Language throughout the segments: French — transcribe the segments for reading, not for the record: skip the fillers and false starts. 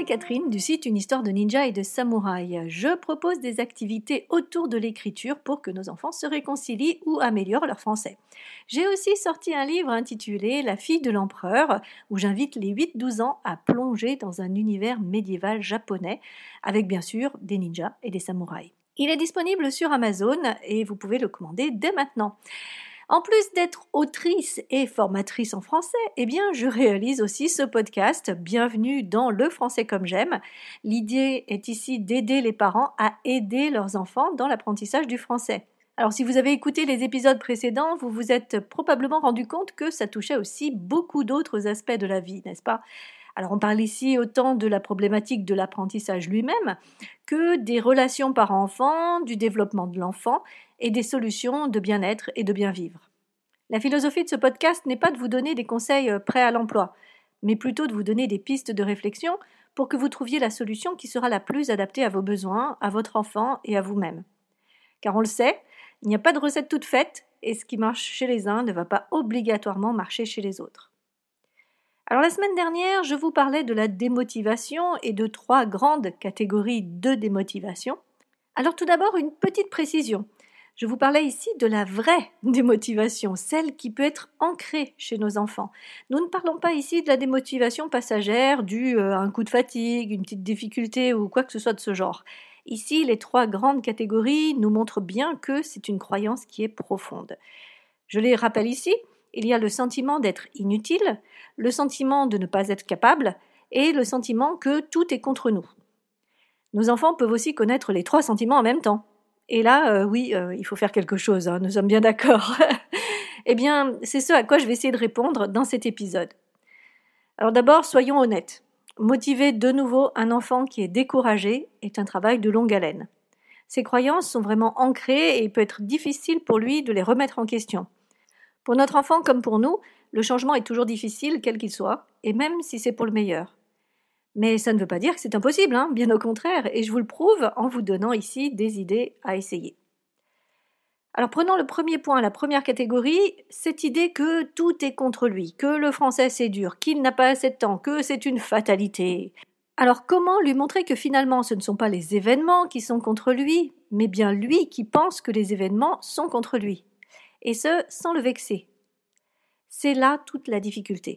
c'est Catherine du site Une histoire de ninja et de samouraï. Je propose des activités autour de l'écriture pour que nos enfants se réconcilient ou améliorent leur français. J'ai aussi sorti un livre intitulé La fille de l'empereur, où j'invite les 8-12 ans à plonger dans un univers médiéval japonais, avec bien sûr des ninjas et des samouraïs. Il est disponible sur Amazon et vous pouvez le commander dès maintenant. En plus d'être autrice et formatrice en français, je réalise aussi ce podcast. Bienvenue dans Le français comme j'aime. L'idée est ici d'aider les parents à aider leurs enfants dans l'apprentissage du français. Alors si vous avez écouté les épisodes précédents, vous vous êtes probablement rendu compte que ça touchait aussi beaucoup d'autres aspects de la vie, n'est-ce pas ? Alors on parle ici autant de la problématique de l'apprentissage lui-même que des relations parents-enfants, du développement de l'enfant et des solutions de bien-être et de bien-vivre. La philosophie de ce podcast n'est pas de vous donner des conseils prêts à l'emploi, mais plutôt de vous donner des pistes de réflexion pour que vous trouviez la solution qui sera la plus adaptée à vos besoins, à votre enfant et à vous-même. Car on le sait, il n'y a pas de recette toute faite et ce qui marche chez les uns ne va pas obligatoirement marcher chez les autres. Alors la semaine dernière, je vous parlais de la démotivation et de 3 grandes catégories de démotivation. Alors tout d'abord, une petite précision. Je vous parlais ici de la vraie démotivation, celle qui peut être ancrée chez nos enfants. Nous ne parlons pas ici de la démotivation passagère due à un coup de fatigue, une petite difficulté ou quoi que ce soit de ce genre. Ici, les 3 grandes catégories nous montrent bien que c'est une croyance qui est profonde. Je les rappelle ici. Il y a le sentiment d'être inutile, le sentiment de ne pas être capable et le sentiment que tout est contre nous. Nos enfants peuvent aussi connaître les 3 sentiments en même temps. Et là, il faut faire quelque chose, nous sommes bien d'accord. C'est ce à quoi je vais essayer de répondre dans cet épisode. Alors d'abord, soyons honnêtes. Motiver de nouveau un enfant qui est découragé est un travail de longue haleine. Ses croyances sont vraiment ancrées et il peut être difficile pour lui de les remettre en question. Pour notre enfant comme pour nous, le changement est toujours difficile, quel qu'il soit, et même si c'est pour le meilleur. Mais ça ne veut pas dire que c'est impossible, bien au contraire, et je vous le prouve en vous donnant ici des idées à essayer. Alors prenons le premier point, la première catégorie, cette idée que tout est contre lui, que le français c'est dur, qu'il n'a pas assez de temps, que c'est une fatalité. Alors comment lui montrer que finalement ce ne sont pas les événements qui sont contre lui, mais bien lui qui pense que les événements sont contre lui ? Et ce, sans le vexer. C'est là toute la difficulté.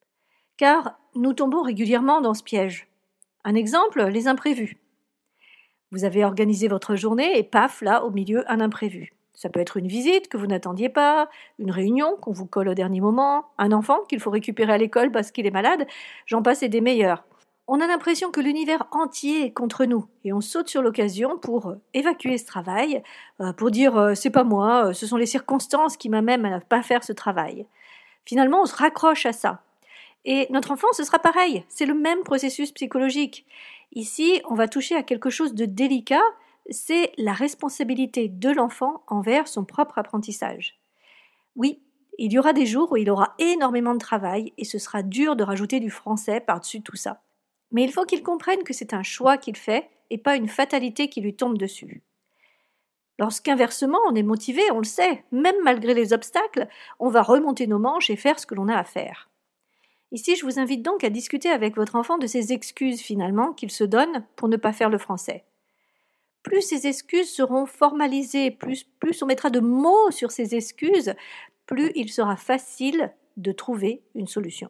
Car nous tombons régulièrement dans ce piège. Un exemple, les imprévus. Vous avez organisé votre journée et paf, là, au milieu, un imprévu. Ça peut être une visite que vous n'attendiez pas, une réunion qu'on vous colle au dernier moment, un enfant qu'il faut récupérer à l'école parce qu'il est malade, j'en passe et des meilleurs. On a l'impression que l'univers entier est contre nous et on saute sur l'occasion pour évacuer ce travail, pour dire c'est pas moi, ce sont les circonstances qui m'amènent à ne pas faire ce travail. Finalement, on se raccroche à ça. Et notre enfant, ce sera pareil, c'est le même processus psychologique. Ici, on va toucher à quelque chose de délicat, c'est la responsabilité de l'enfant envers son propre apprentissage. Oui, il y aura des jours où il aura énormément de travail et ce sera dur de rajouter du français par-dessus tout ça. Mais il faut qu'il comprenne que c'est un choix qu'il fait et pas une fatalité qui lui tombe dessus. Lorsqu'inversement on est motivé, on le sait, même malgré les obstacles, on va remonter nos manches et faire ce que l'on a à faire. Ici, je vous invite donc à discuter avec votre enfant de ces excuses finalement qu'il se donne pour ne pas faire le français. Plus ces excuses seront formalisées, plus on mettra de mots sur ces excuses, plus il sera facile de trouver une solution.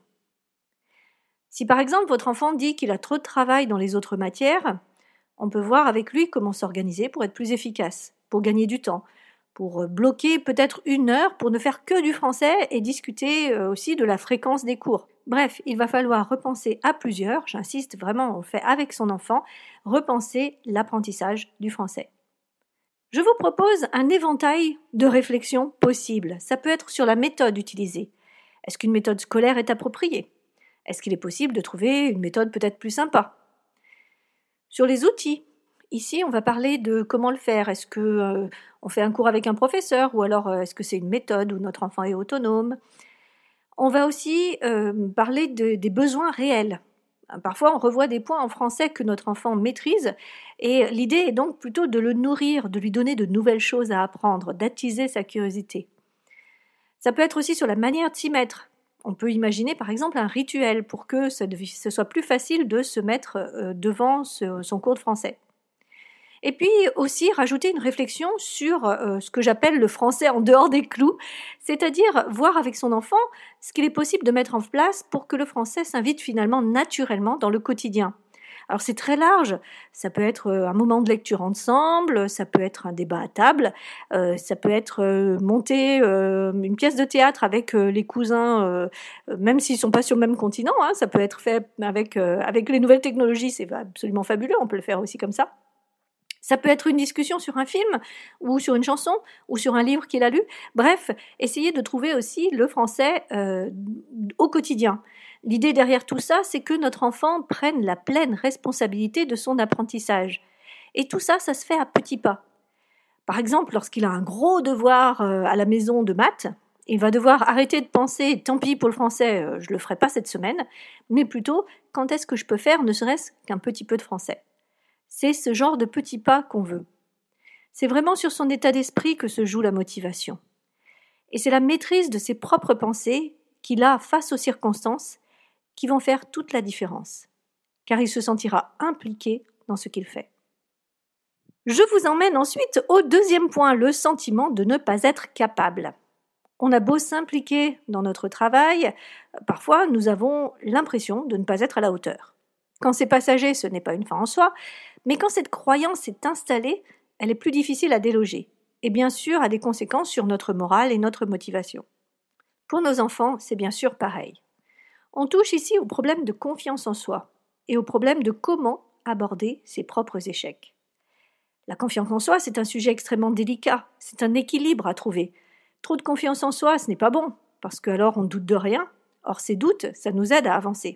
Si par exemple votre enfant dit qu'il a trop de travail dans les autres matières, on peut voir avec lui comment s'organiser pour être plus efficace, pour gagner du temps, pour bloquer peut-être 1 heure pour ne faire que du français et discuter aussi de la fréquence des cours. Bref, il va falloir repenser à plusieurs, j'insiste vraiment, on le fait avec son enfant, repenser l'apprentissage du français. Je vous propose un éventail de réflexions possibles. Ça peut être sur la méthode utilisée. Est-ce qu'une méthode scolaire est appropriée ? Est-ce qu'il est possible de trouver une méthode peut-être plus sympa ? Sur les outils, ici on va parler de comment le faire. Est-ce que on fait un cours avec un professeur ou alors est-ce que c'est une méthode où notre enfant est autonome ? On va aussi parler des besoins réels. Parfois on revoit des points en français que notre enfant maîtrise et l'idée est donc plutôt de le nourrir, de lui donner de nouvelles choses à apprendre, d'attiser sa curiosité. Ça peut être aussi sur la manière de s'y mettre. On peut imaginer par exemple un rituel pour que ce soit plus facile de se mettre devant son cours de français. Et puis aussi rajouter une réflexion sur ce que j'appelle le français en dehors des clous, c'est-à-dire voir avec son enfant ce qu'il est possible de mettre en place pour que le français s'invite finalement naturellement dans le quotidien. Alors c'est très large, ça peut être un moment de lecture ensemble, ça peut être un débat à table, ça peut être monter une pièce de théâtre avec les cousins, même s'ils ne sont pas sur le même continent, hein, ça peut être fait avec les nouvelles technologies, c'est absolument fabuleux, on peut le faire aussi comme ça. Ça peut être une discussion sur un film, ou sur une chanson, ou sur un livre qu'il a lu. Bref, essayez de trouver aussi le français au quotidien. L'idée derrière tout ça, c'est que notre enfant prenne la pleine responsabilité de son apprentissage. Et tout ça, ça se fait à petits pas. Par exemple, lorsqu'il a un gros devoir à la maison de maths, il va devoir arrêter de penser « tant pis pour le français, je le ferai pas cette semaine », mais plutôt « quand est-ce que je peux faire ne serait-ce qu'un petit peu de français ?» C'est ce genre de petits pas qu'on veut. C'est vraiment sur son état d'esprit que se joue la motivation. Et c'est la maîtrise de ses propres pensées qu'il a face aux circonstances qui vont faire toute la différence, car il se sentira impliqué dans ce qu'il fait. Je vous emmène ensuite au deuxième point, le sentiment de ne pas être capable. On a beau s'impliquer dans notre travail, parfois nous avons l'impression de ne pas être à la hauteur. Quand c'est passager, ce n'est pas une fin en soi, mais quand cette croyance est installée, elle est plus difficile à déloger, et bien sûr a des conséquences sur notre morale et notre motivation. Pour nos enfants, c'est bien sûr pareil. On touche ici au problème de confiance en soi, et au problème de comment aborder ses propres échecs. La confiance en soi, c'est un sujet extrêmement délicat, c'est un équilibre à trouver. Trop de confiance en soi, ce n'est pas bon, parce que alors on doute de rien, or ces doutes, ça nous aide à avancer.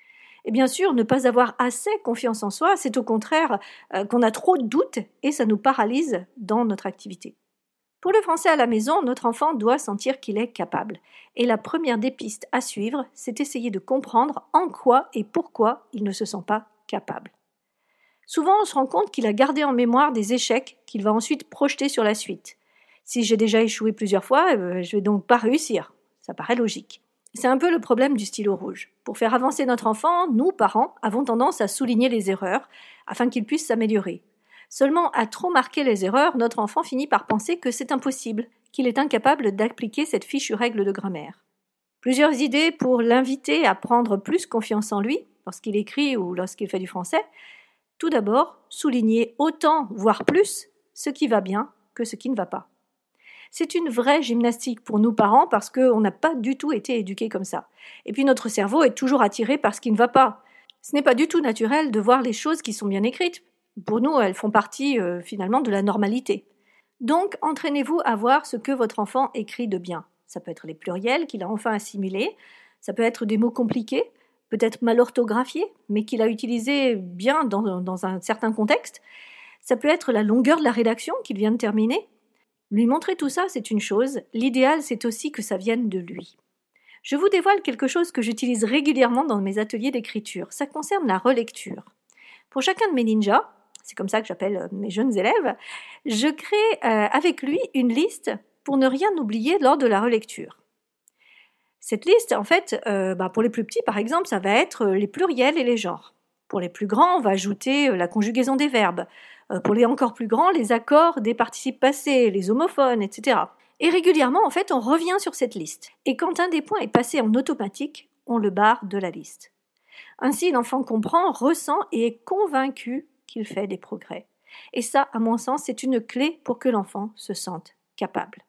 Et bien sûr, ne pas avoir assez confiance en soi, c'est au contraire qu'on a trop de doutes et ça nous paralyse dans notre activité. Pour le français à la maison, notre enfant doit sentir qu'il est capable. Et la première des pistes à suivre, c'est essayer de comprendre en quoi et pourquoi il ne se sent pas capable. Souvent, on se rend compte qu'il a gardé en mémoire des échecs qu'il va ensuite projeter sur la suite. Si j'ai déjà échoué plusieurs fois, je vais donc pas réussir. Ça paraît logique. C'est un peu le problème du stylo rouge. Pour faire avancer notre enfant, nous, parents, avons tendance à souligner les erreurs afin qu'il puisse s'améliorer. Seulement, à trop marquer les erreurs, notre enfant finit par penser que c'est impossible, qu'il est incapable d'appliquer cette fichue règle de grammaire. Plusieurs idées pour l'inviter à prendre plus confiance en lui, lorsqu'il écrit ou lorsqu'il fait du français. Tout d'abord, souligner autant, voire plus, ce qui va bien que ce qui ne va pas. C'est une vraie gymnastique pour nous parents parce qu'on n'a pas du tout été éduqués comme ça. Et puis notre cerveau est toujours attiré par ce qui ne va pas. Ce n'est pas du tout naturel de voir les choses qui sont bien écrites. Pour nous, elles font partie finalement de la normalité. Donc, entraînez-vous à voir ce que votre enfant écrit de bien. Ça peut être les pluriels qu'il a enfin assimilés, ça peut être des mots compliqués, peut-être mal orthographiés, mais qu'il a utilisés bien dans un certain contexte. Ça peut être la longueur de la rédaction qu'il vient de terminer. Lui montrer tout ça, c'est une chose. L'idéal, c'est aussi que ça vienne de lui. Je vous dévoile quelque chose que j'utilise régulièrement dans mes ateliers d'écriture. Ça concerne la relecture. Pour chacun de mes ninjas, c'est comme ça que j'appelle mes jeunes élèves, je crée avec lui une liste pour ne rien oublier lors de la relecture. Cette liste, en fait, pour les plus petits, par exemple, ça va être les pluriels et les genres. Pour les plus grands, on va ajouter la conjugaison des verbes. Pour les encore plus grands, les accords des participes passés, les homophones, etc. Et régulièrement, en fait, on revient sur cette liste. Et quand un des points est passé en automatique, on le barre de la liste. Ainsi, l'enfant comprend, ressent et est convaincu qu'il fait des progrès. Et ça, à mon sens, c'est une clé pour que l'enfant se sente capable.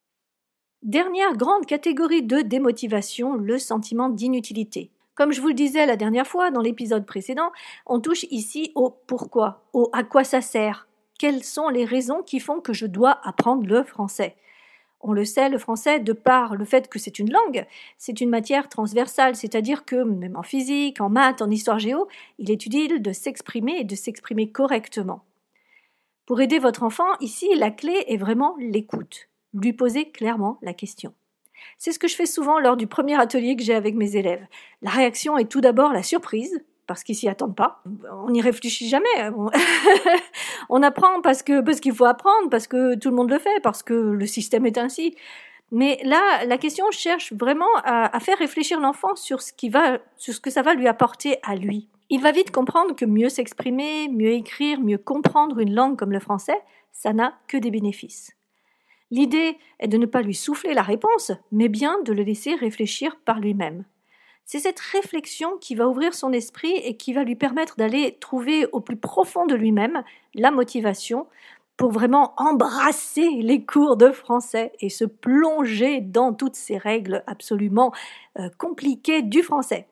Dernière grande catégorie de démotivation, le sentiment d'inutilité. Comme je vous le disais la dernière fois dans l'épisode précédent, on touche ici au pourquoi, au à quoi ça sert, quelles sont les raisons qui font que je dois apprendre le français. On le sait, le français, de par le fait que c'est une langue, c'est une matière transversale, c'est-à-dire que même en physique, en maths, en histoire géo, il est utile de s'exprimer et de s'exprimer correctement. Pour aider votre enfant, ici, la clé est vraiment l'écoute. Lui poser clairement la question. C'est ce que je fais souvent lors du premier atelier que j'ai avec mes élèves. La réaction est tout d'abord la surprise, parce qu'ils s'y attendent pas. On n'y réfléchit jamais. On apprend parce qu'il faut apprendre, parce que tout le monde le fait, parce que le système est ainsi. Mais là, la question cherche vraiment à faire réfléchir l'enfant sur ce que ça va lui apporter à lui. Il va vite comprendre que mieux s'exprimer, mieux écrire, mieux comprendre une langue comme le français, ça n'a que des bénéfices. L'idée est de ne pas lui souffler la réponse, mais bien de le laisser réfléchir par lui-même. C'est cette réflexion qui va ouvrir son esprit et qui va lui permettre d'aller trouver au plus profond de lui-même la motivation pour vraiment embrasser les cours de français et se plonger dans toutes ces règles absolument compliquées du français.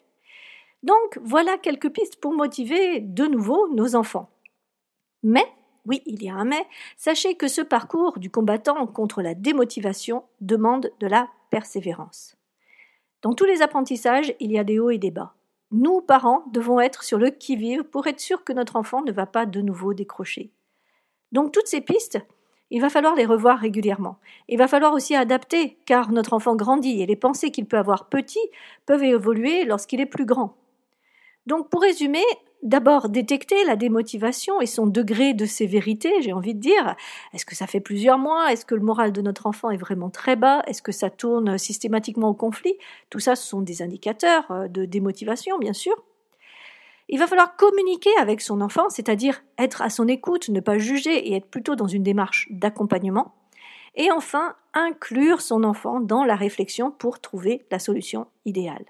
Donc, voilà quelques pistes pour motiver de nouveau nos enfants. Mais, oui, il y a un mais, sachez que ce parcours du combattant contre la démotivation demande de la persévérance. Dans tous les apprentissages, il y a des hauts et des bas. Nous, parents, devons être sur le qui-vive pour être sûrs que notre enfant ne va pas de nouveau décrocher. Donc toutes ces pistes, il va falloir les revoir régulièrement. Il va falloir aussi adapter, car notre enfant grandit et les pensées qu'il peut avoir petit peuvent évoluer lorsqu'il est plus grand. Donc pour résumer, d'abord détecter la démotivation et son degré de sévérité, j'ai envie de dire. Est-ce que ça fait plusieurs mois? Est-ce que le moral de notre enfant est vraiment très bas? Est-ce que ça tourne systématiquement au conflit? Tout ça, ce sont des indicateurs de démotivation, bien sûr. Il va falloir communiquer avec son enfant, c'est-à-dire être à son écoute, ne pas juger et être plutôt dans une démarche d'accompagnement. Et enfin, inclure son enfant dans la réflexion pour trouver la solution idéale.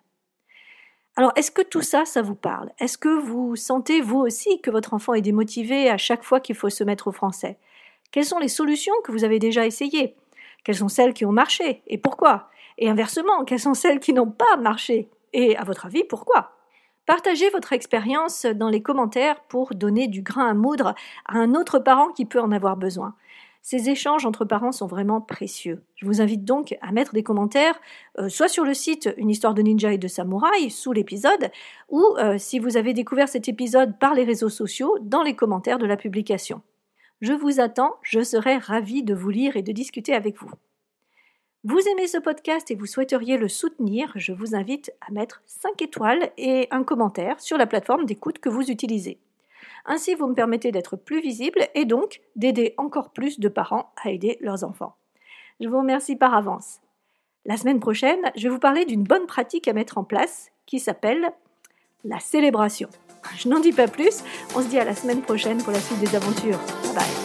Alors, est-ce que tout ça, ça vous parle? Est-ce que vous sentez, vous aussi, que votre enfant est démotivé à chaque fois qu'il faut se mettre au français? Quelles sont les solutions que vous avez déjà essayées? Quelles sont celles qui ont marché? Et pourquoi? Et inversement, quelles sont celles qui n'ont pas marché? Et à votre avis, pourquoi? Partagez votre expérience dans les commentaires pour donner du grain à moudre à un autre parent qui peut en avoir besoin. Ces échanges entre parents sont vraiment précieux. Je vous invite donc à mettre des commentaires, soit sur le site Une histoire de ninja et de samouraï, sous l'épisode, ou si vous avez découvert cet épisode par les réseaux sociaux, dans les commentaires de la publication. Je vous attends, je serai ravie de vous lire et de discuter avec vous. Vous aimez ce podcast et vous souhaiteriez le soutenir, je vous invite à mettre 5 étoiles et un commentaire sur la plateforme d'écoute que vous utilisez. Ainsi, vous me permettez d'être plus visible et donc d'aider encore plus de parents à aider leurs enfants. Je vous remercie par avance. La semaine prochaine, je vais vous parler d'une bonne pratique à mettre en place qui s'appelle la célébration. Je n'en dis pas plus, on se dit à la semaine prochaine pour la suite des aventures. Bye bye.